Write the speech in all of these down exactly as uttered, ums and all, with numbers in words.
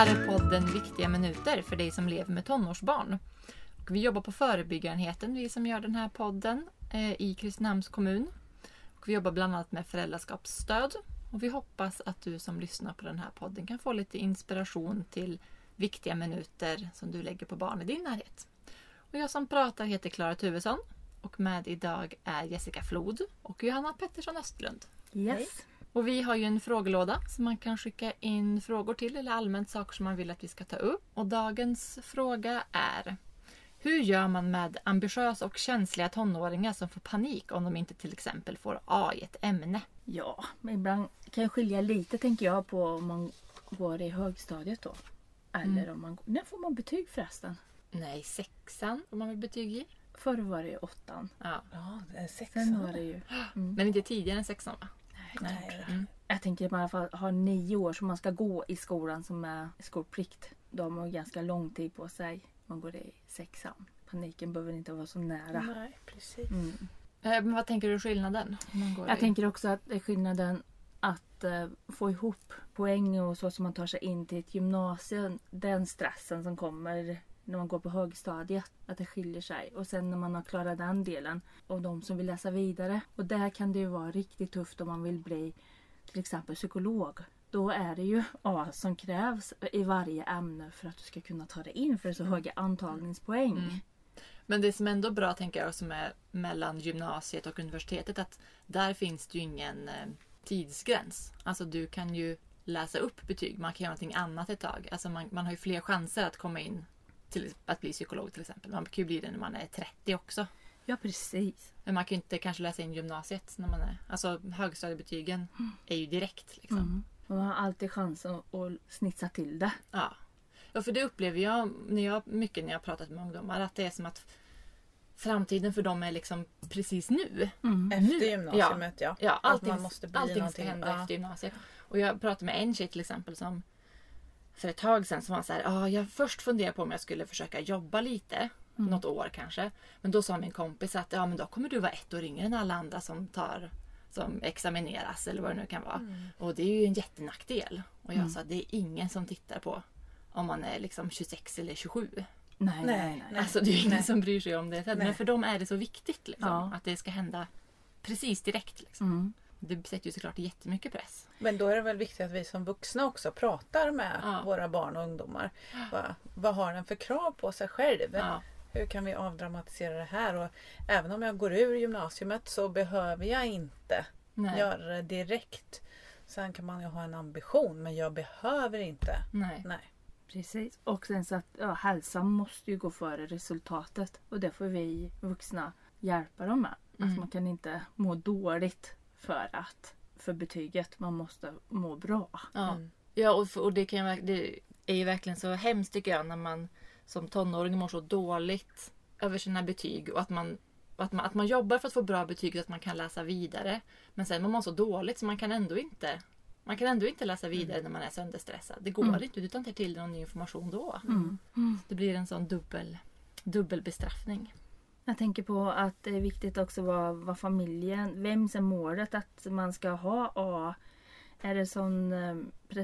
här är podden Viktiga minuter för dig som lever med tonårsbarn. Och vi jobbar på förebyggarenheten, vi som gör den här podden eh, i Kristinehamns kommun. Och vi jobbar bland annat med föräldraskapsstöd. Och vi hoppas att du som lyssnar på den här podden kan få lite inspiration till viktiga minuter som du lägger på barn i din närhet. Och jag som pratar heter Klara Tuvesson. Och med idag är Jessica Flod och Johanna Pettersson Östlund. Yes. Och vi har ju en frågelåda som man kan skicka in frågor till eller allmänt saker som man vill att vi ska ta upp. Och dagens fråga är: hur gör man med ambitiösa och känsliga tonåringar som får panik om de inte till exempel får A i ett ämne? Ja, men ibland kan jag skilja lite tänker jag på om man går i högstadiet då. Eller mm. om man... När får man betyg förresten? Nej, sexan om man vill betyg i. Förr var det ju åttan. Ja, ja det är sexan. Sen var det ju... Mm. Men inte tidigare än sexan va? Nej, nej. Mm. Jag tänker att man i alla fall har nio år som man ska gå i skolan som är skolplikt. De har ganska lång tid på sig. Man går i sexan. Paniken behöver inte vara så nära. Nej, precis. Mm. Men vad tänker du skillnaden? Man går jag i... tänker också att det är skillnaden att uh, få ihop poäng och så som man tar sig in till ett gymnasium. Den stressen som kommer när man går på högstadiet, att det skiljer sig. Och sen när man har klarat den delen och de som vill läsa vidare. Och där kan det ju vara riktigt tufft om man vill bli till exempel psykolog. Då är det ju A som krävs i varje ämne för att du ska kunna ta dig in för det är så höga antagningspoäng. Mm. Men det som ändå är bra tänker jag som är mellan gymnasiet och universitetet att där finns det ju ingen eh, tidsgräns. Alltså du kan ju läsa upp betyg, man kan göra någonting annat ett tag. Alltså man, man har ju fler chanser att komma in till att bli psykolog till exempel. Man kan ju bli det när man är trettio också. Ja, precis. Men man kan ju inte kanske läsa in gymnasiet när man är... Alltså högstadiebetygen mm. är ju direkt liksom. Mm. Man har alltid chansen att snitsa till det. Ja. Ja, för det upplever jag, när jag mycket när jag har pratat med ungdomar att det är som att framtiden för dem är liksom precis nu. Mm. Efter gymnasiet, ja. Ja, ja allting, man måste bli allting någonting. ska hända ja. efter gymnasiet. Och jag pratade med en tjej till exempel som för ett tag sedan som var så här, ah, jag först funderade på om jag skulle försöka jobba lite, mm. något år kanske. Men då sa min kompis att ja, men då kommer du vara ett år yngre än alla andra som tar som examineras eller vad det nu kan vara. Mm. Och det är ju en jättenackdel. Och jag mm. sa att det är ingen som tittar på om man är liksom tjugosex eller tjugosju. Nej, nej, nej. nej. Alltså det är ingen nej. som bryr sig om det. Men nej. för dem är det så viktigt liksom, ja. att det ska hända precis direkt. Liksom. Mm. Det sätter ju såklart jättemycket press. Men då är det väl viktigt att vi som vuxna också pratar med ja. våra barn och ungdomar. Va, vad har den för krav på sig själv? Ja. Hur kan vi avdramatisera det här? Och även om jag går ur gymnasiet så behöver jag inte nej. göra det direkt. Sen kan man ju ha en ambition, men jag behöver inte. Nej. Nej. Precis. Och sen så att ja, hälsan måste ju gå före resultatet. Och det får vi vuxna hjälpa dem med. Mm. Alltså man kan inte må dåligt för att för betyget. Man måste må bra. Ja, mm. ja och, och det, kan, det är ju verkligen så hemskt tycker jag när man som tonåring mår så dåligt över sina betyg och att man, att man, att man jobbar för att få bra betyg så att man kan läsa vidare. Men sen man mår så dåligt så man kan ändå inte man kan ändå inte läsa vidare mm. när man är sönderstressad. Det går mm. inte utan att ta till någon ny information då. Mm. Mm. Det blir en sån dubbel, dubbel bestraffning. Jag tänker på att det är viktigt också vad, vad familjen, vems är målet att man ska ha A? Är det sån eh,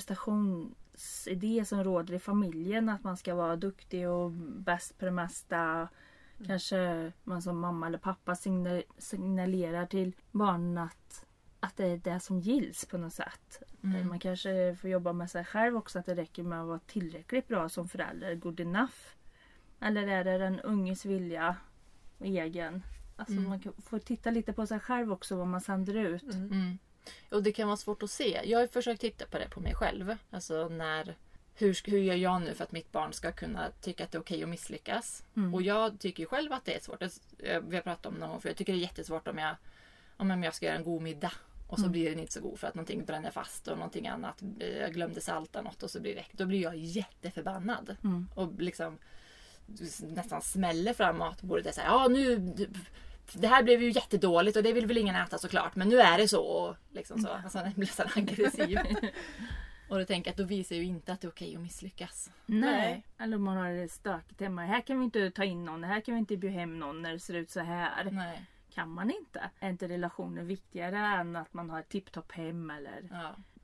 prestationsidé som råder i familjen att man ska vara duktig och bäst på det mesta? Mm. Kanske man som mamma eller pappa signalerar till barnen att, att det är det som gills på något sätt. Mm. Man kanske får jobba med sig själv också, att det räcker med att vara tillräckligt bra som förälder, good enough. Eller är det den unges vilja och egen? Alltså mm. man får titta lite på sig själv också vad man sänder ut. Mm. Mm. Och det kan vara svårt att se. Jag har försökt titta på det på mig själv. Alltså när, hur, hur gör jag nu för att mitt barn ska kunna tycka att det är okej att misslyckas? Mm. Och jag tycker ju själv att det är svårt. Vi har pratat om det någon gång, för jag tycker det är jättesvårt om jag, om jag ska göra en god middag. Och så mm. blir den inte så god för att någonting bränner fast och någonting annat. Jag glömde salta något och så blir det. Då blir jag jätteförbannad. Mm. Och liksom nästan smäller fram mat på bordet. Det är så här, ja nu... Det här blev ju jättedåligt och det vill väl ingen äta såklart. Men nu är det så. Och liksom så. Alltså den blir så aggressiv. Och då tänker jag att då visar ju inte att det är okej att misslyckas. Nej. Nej. Eller om man har det stökigt hemma. Här kan vi inte ta in någon. Här kan vi inte bjuda hem någon när det ser ut så här. Nej. Kan man inte. Är inte relationen viktigare än att man har ett tipptopp hem eller... Ja.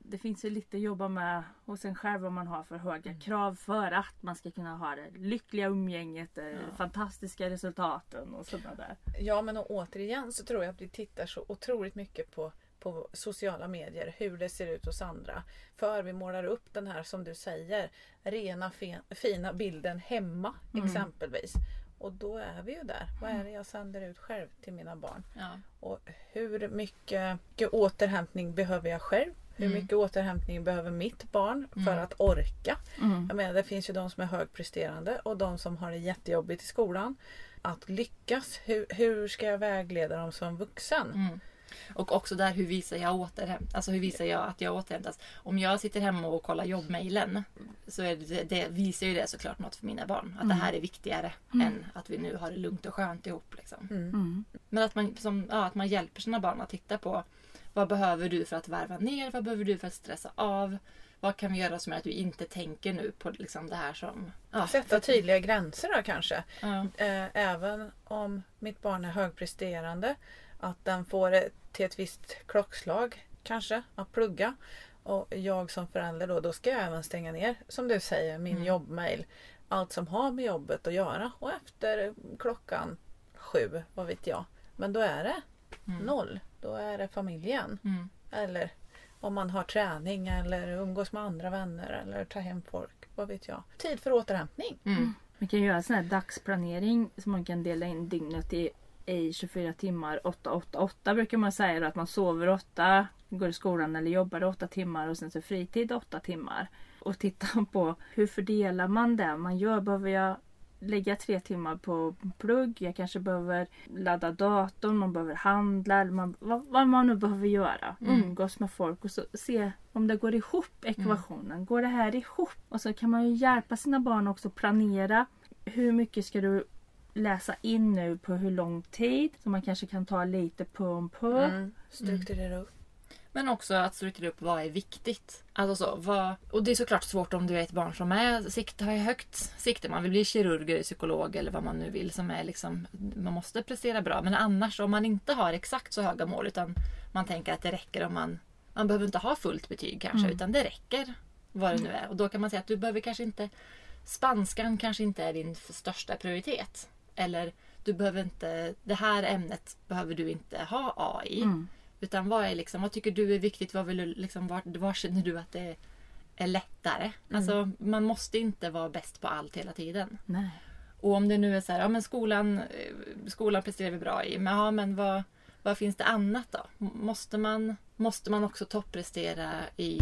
det finns ju lite att jobba med hos en själv vad man har för höga mm. krav för att man ska kunna ha det lyckliga umgänget, ja. fantastiska resultaten och sådana där. Ja, men och återigen så tror jag att vi tittar så otroligt mycket på på sociala medier, hur det ser ut hos andra. För vi målar upp den här, som du säger, rena fe- fina bilden hemma mm. exempelvis. Och då är vi ju där. Vad är det jag sänder ut själv till mina barn? Ja. Och hur mycket, mycket återhämtning behöver jag själv? Hur mycket mm. återhämtning behöver mitt barn för mm. att orka? Mm. Jag menar, det finns ju de som är högpresterande och de som har det jättejobbigt i skolan. Att lyckas, hur, hur ska jag vägleda dem som vuxen? Mm. Och också där, hur visar jag återhämt, alltså hur visar jag att jag återhämtas? Om jag sitter hemma och kollar jobbmailen så är det, det visar ju det såklart något för mina barn. Att mm. det här är viktigare mm. än att vi nu har det lugnt och skönt ihop. Liksom. Mm. Men att man, som, ja, att man hjälper sina barn att titta på vad behöver du för att värva ner? Vad behöver du för att stressa av? Vad kan vi göra som är att du inte tänker nu på liksom det här som... Ja. Sätta tydliga gränser då kanske. Ja. Även om mitt barn är högpresterande. Att den får ett, till ett visst klockslag kanske att plugga. Och jag som förälder då, då ska jag även stänga ner, som du säger, min mm. jobbmail. Allt som har med jobbet att göra. Och efter klockan sju, vad vet jag. Men då är det mm. noll. Då är det familjen. Mm. Eller om man har träning eller umgås med andra vänner eller tar hem folk. Vad vet jag. Tid för återhämtning. Mm. Man kan göra sån här dagsplanering som man kan dela in dygnet i. I tjugofyra timmar, åtta, åtta, åtta brukar man säga då, att man sover åtta, går i skolan eller jobbar åtta timmar och sen så fritid åtta timmar. Och titta på hur fördelar man det man gör. Behöver jag lägga tre timmar på plugg? Jag kanske behöver ladda datorn, man behöver handla, man, vad, vad man nu behöver göra. Mm. Umgås med folk och så se om det går ihop ekvationen. Mm. Går det här ihop? Och så kan man ju hjälpa sina barn också planera. Hur mycket ska du läsa in nu på hur lång tid. Så man kanske kan ta lite på om på. Mm. Strukturera upp. Men också att strukturera upp vad är viktigt. Alltså så, vad, och det är såklart svårt om du är ett barn som är, sikt, har högt sikte. Man vill bli kirurg eller psykolog eller vad man nu vill. Som är liksom, man måste prestera bra. Men annars om man inte har exakt så höga mål. Utan man tänker att det räcker om man... Man behöver inte ha fullt betyg kanske. Mm. Utan det räcker vad det nu är. Och då kan man säga att du behöver kanske inte... Spanskan kanske inte är din största prioritet. Eller du behöver inte, det här ämnet behöver du inte ha A i. Mm. Utan vad är liksom, vad tycker du är viktigt? Vad vill du liksom, var, var känner du att det är lättare? Mm. Alltså man måste inte vara bäst på allt hela tiden. Nej. Och om det nu är så här, ja men skolan, skolan presterar vi bra i. Men ja men vad, vad finns det annat då? Måste man, måste man också topprestera i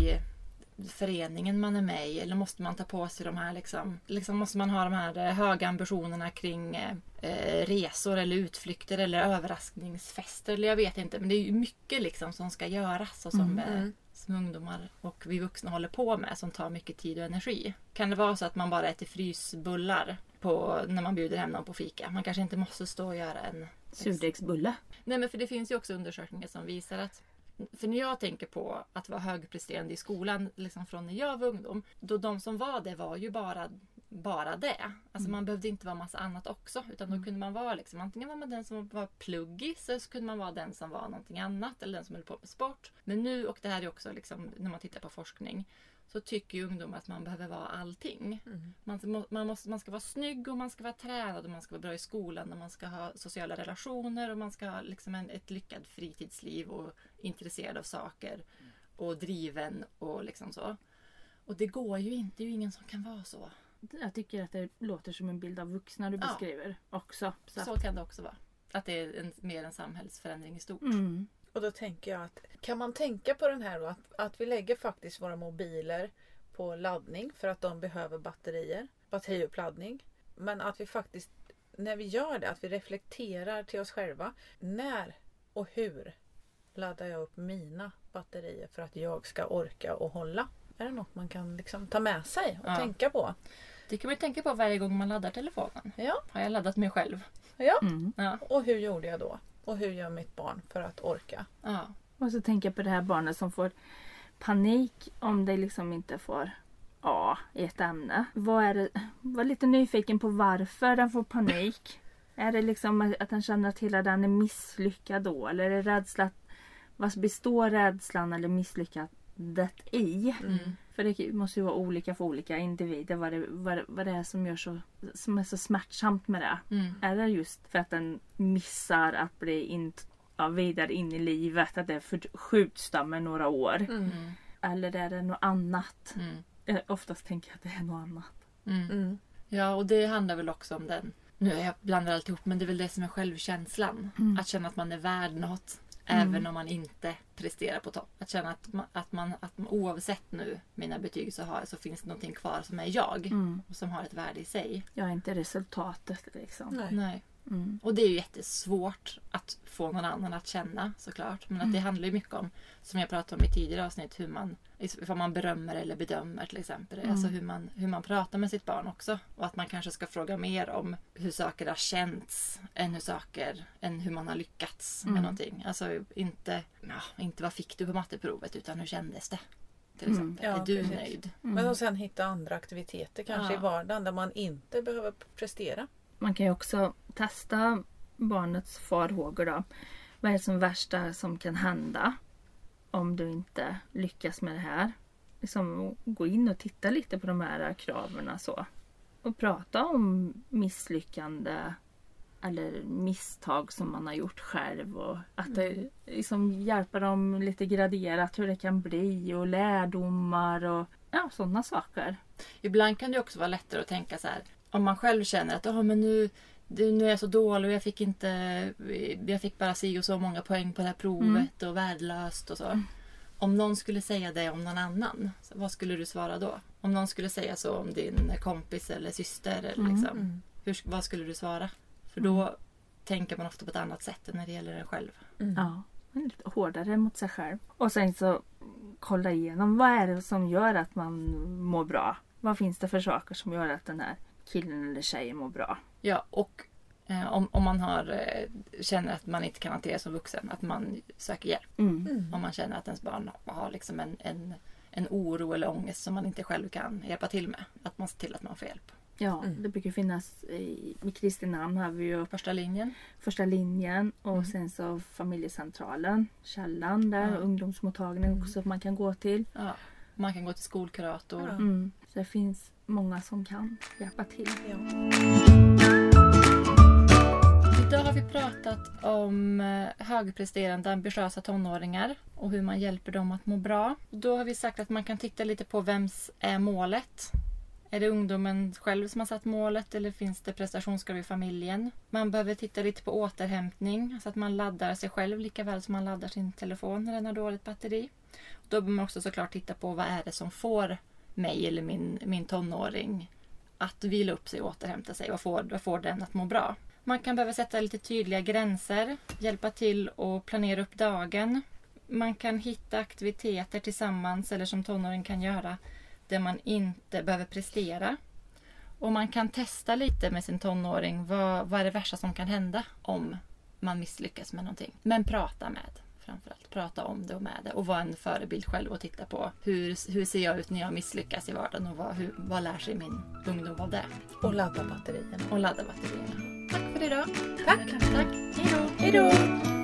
föreningen man är med i, eller måste man ta på sig de här liksom, liksom måste man ha de här höga ambitionerna kring eh, resor eller utflykter eller överraskningsfester eller jag vet inte, men det är ju mycket liksom som ska göras och som, mm. eh, som ungdomar och vi vuxna håller på med som tar mycket tid och energi. Kan det vara så att man bara äter frysbullar på, när man bjuder hem någon på fika? Man kanske inte måste stå och göra en surdegsbulle. Nej, men för det finns ju också undersökningar som visar att för när jag tänker på att vara högpresterande i skolan liksom från när jag var ungdom, då de som var det var ju bara, bara det. Alltså mm. man behövde inte vara massa annat också, utan då kunde man vara liksom, antingen var man den som var pluggig, så kunde man vara den som var någonting annat eller den som höll på med sport. Men nu, och det här är också liksom, när man tittar på forskning, så tycker ju ungdomar att man behöver vara allting. Mm. Man, man, måste, man ska vara snygg och man ska vara tränad och man ska vara bra i skolan och man ska ha sociala relationer och man ska ha liksom en, ett lyckat fritidsliv och intresserad av saker och driven och liksom så. Och det går ju inte, det är ju ingen som kan vara så. Jag tycker att det låter som en bild av vuxna du beskriver ja. också. Så. så kan det också vara. Att det är en, mer en samhällsförändring i stort. Mm. Och då tänker jag att, kan man tänka på den här då, att, att vi lägger faktiskt våra mobiler på laddning för att de behöver batterier, batteriuppladdning. Men att vi faktiskt, när vi gör det, att vi reflekterar till oss själva. När och hur laddar jag upp mina batterier för att jag ska orka och hålla? Är det något man kan liksom ta med sig och ja. tänka på? Det kan man ju tänka på varje gång man laddar telefonen. Ja. Har jag laddat mig själv? Ja. Mm. ja. Och hur gjorde jag då? Och hur gör mitt barn för att orka? Ja. Och så tänker jag på det här barnet som får panik om det liksom inte får A i ett ämne. Vad är det? Var lite nyfiken på varför den får panik. Är det liksom att den känner att hela den är misslyckad då? Eller är det rädsla att, vad består rädslan eller misslyckat skedet i. Mm. För det måste ju vara olika för olika individer vad det, vad, vad det är som, gör så, som är så smärtsamt med det. Mm. Är det just för att den missar att bli in, ja, vidare in i livet, att det förskjuts med några år? Mm. Eller är det något annat? Mm. Jag oftast tänker jag att det är något annat. Mm. Mm. Ja, och det handlar väl också om den. Nu är jag blandar alltihop, men det är väl det som är självkänslan. Mm. Att känna att man är värd något. Mm. Även om man inte presterar på topp. Att känna att man, att man, att man oavsett nu mina betyg så, har, så finns det någonting kvar som är jag. Mm. Och som har ett värde i sig. Jag är inte resultatet liksom. Nej. Nej. Mm. Och det är ju jättesvårt att få någon annan att känna såklart. Men att det handlar ju mycket om, som jag pratade om i tidigare avsnitt, hur man, ifall man berömmer eller bedömer till exempel. Mm. Alltså hur man, hur man pratar med sitt barn också. Och att man kanske ska fråga mer om hur saker har känts än hur saker, än hur man har lyckats med Mm. någonting. Alltså inte, ja, inte vad fick du på matteprovet utan hur kändes det? Till Mm. exempel. Ja, är du precis. nöjd? Mm. Men och sen hitta andra aktiviteter kanske Ja. i vardagen där man inte behöver prestera. Man kan ju också testa barnets farhågor då. Vad är det som värsta som kan hända om du inte lyckas med det här? Liksom gå in och titta lite på de här kraven så. Och prata om misslyckande eller misstag som man har gjort själv. Och att det liksom hjälper dem lite graderat hur det kan bli och lärdomar och ja, sådana saker. Ibland kan det också vara lättare att tänka så här. Om man själv känner att oh, men nu, det, nu är jag så dålig och jag fick inte, jag fick bara si och så många poäng på det här provet och värdelöst och så. Mm. Om någon skulle säga det om någon annan, så vad skulle du svara då? Om någon skulle säga så om din kompis eller syster, eller Mm. liksom, Mm. hur, vad skulle du svara? För då tänker man ofta på ett annat sätt än när det gäller en själv. Mm. Ja, man är lite hårdare mot sig själv. Och sen så kolla igenom vad är det som gör att man mår bra. Vad finns det för saker som gör att den här killen eller tjejen mår bra? Ja, och eh, om, om man har, eh, känner att man inte kan hantera som vuxen, att man söker hjälp. Mm. Mm. Om man känner att ens barn har liksom en, en, en oro eller ångest som man inte själv kan hjälpa till med. Att man ser till att man får hjälp. Ja, Mm. det brukar finnas i, i Kristinehamn har vi ju Första linjen. första linjen och Mm. sen så familjecentralen, källan där, Ja. ungdomsmottagningen också som man kan gå till. Ja. Man kan gå till skolkurator. Ja. Mm. Så det finns många som kan hjälpa till. Ja. Idag har vi pratat om eh, högpresterande ambitiösa tonåringar och hur man hjälper dem att må bra. Då har vi sagt att man kan titta lite på vems är målet. Är det ungdomen själv som har satt målet eller finns det prestationskrav i familjen? Man behöver titta lite på återhämtning, så att man laddar sig själv lika väl som man laddar sin telefon när den har dåligt batteri. Då behöver man också såklart titta på vad är det som får mig eller min, min tonåring att vila upp sig och återhämta sig. Vad får, vad får den att må bra? Man kan behöva sätta lite tydliga gränser, hjälpa till att planera upp dagen. Man kan hitta aktiviteter tillsammans eller som tonåring kan göra där man inte behöver prestera. Och man kan testa lite med sin tonåring. Vad, vad är det värsta som kan hända om man misslyckas med någonting? Men prata med. Framförallt prata om det och med det. Och vara en förebild själv och titta på hur, hur ser jag ut när jag misslyckas i vardagen. Och vad, hur, vad lär sig min ungdom av det. Och ladda batterierna. Och ladda batterierna. Tack för idag. Tack. Tack. Hej då. Hej då.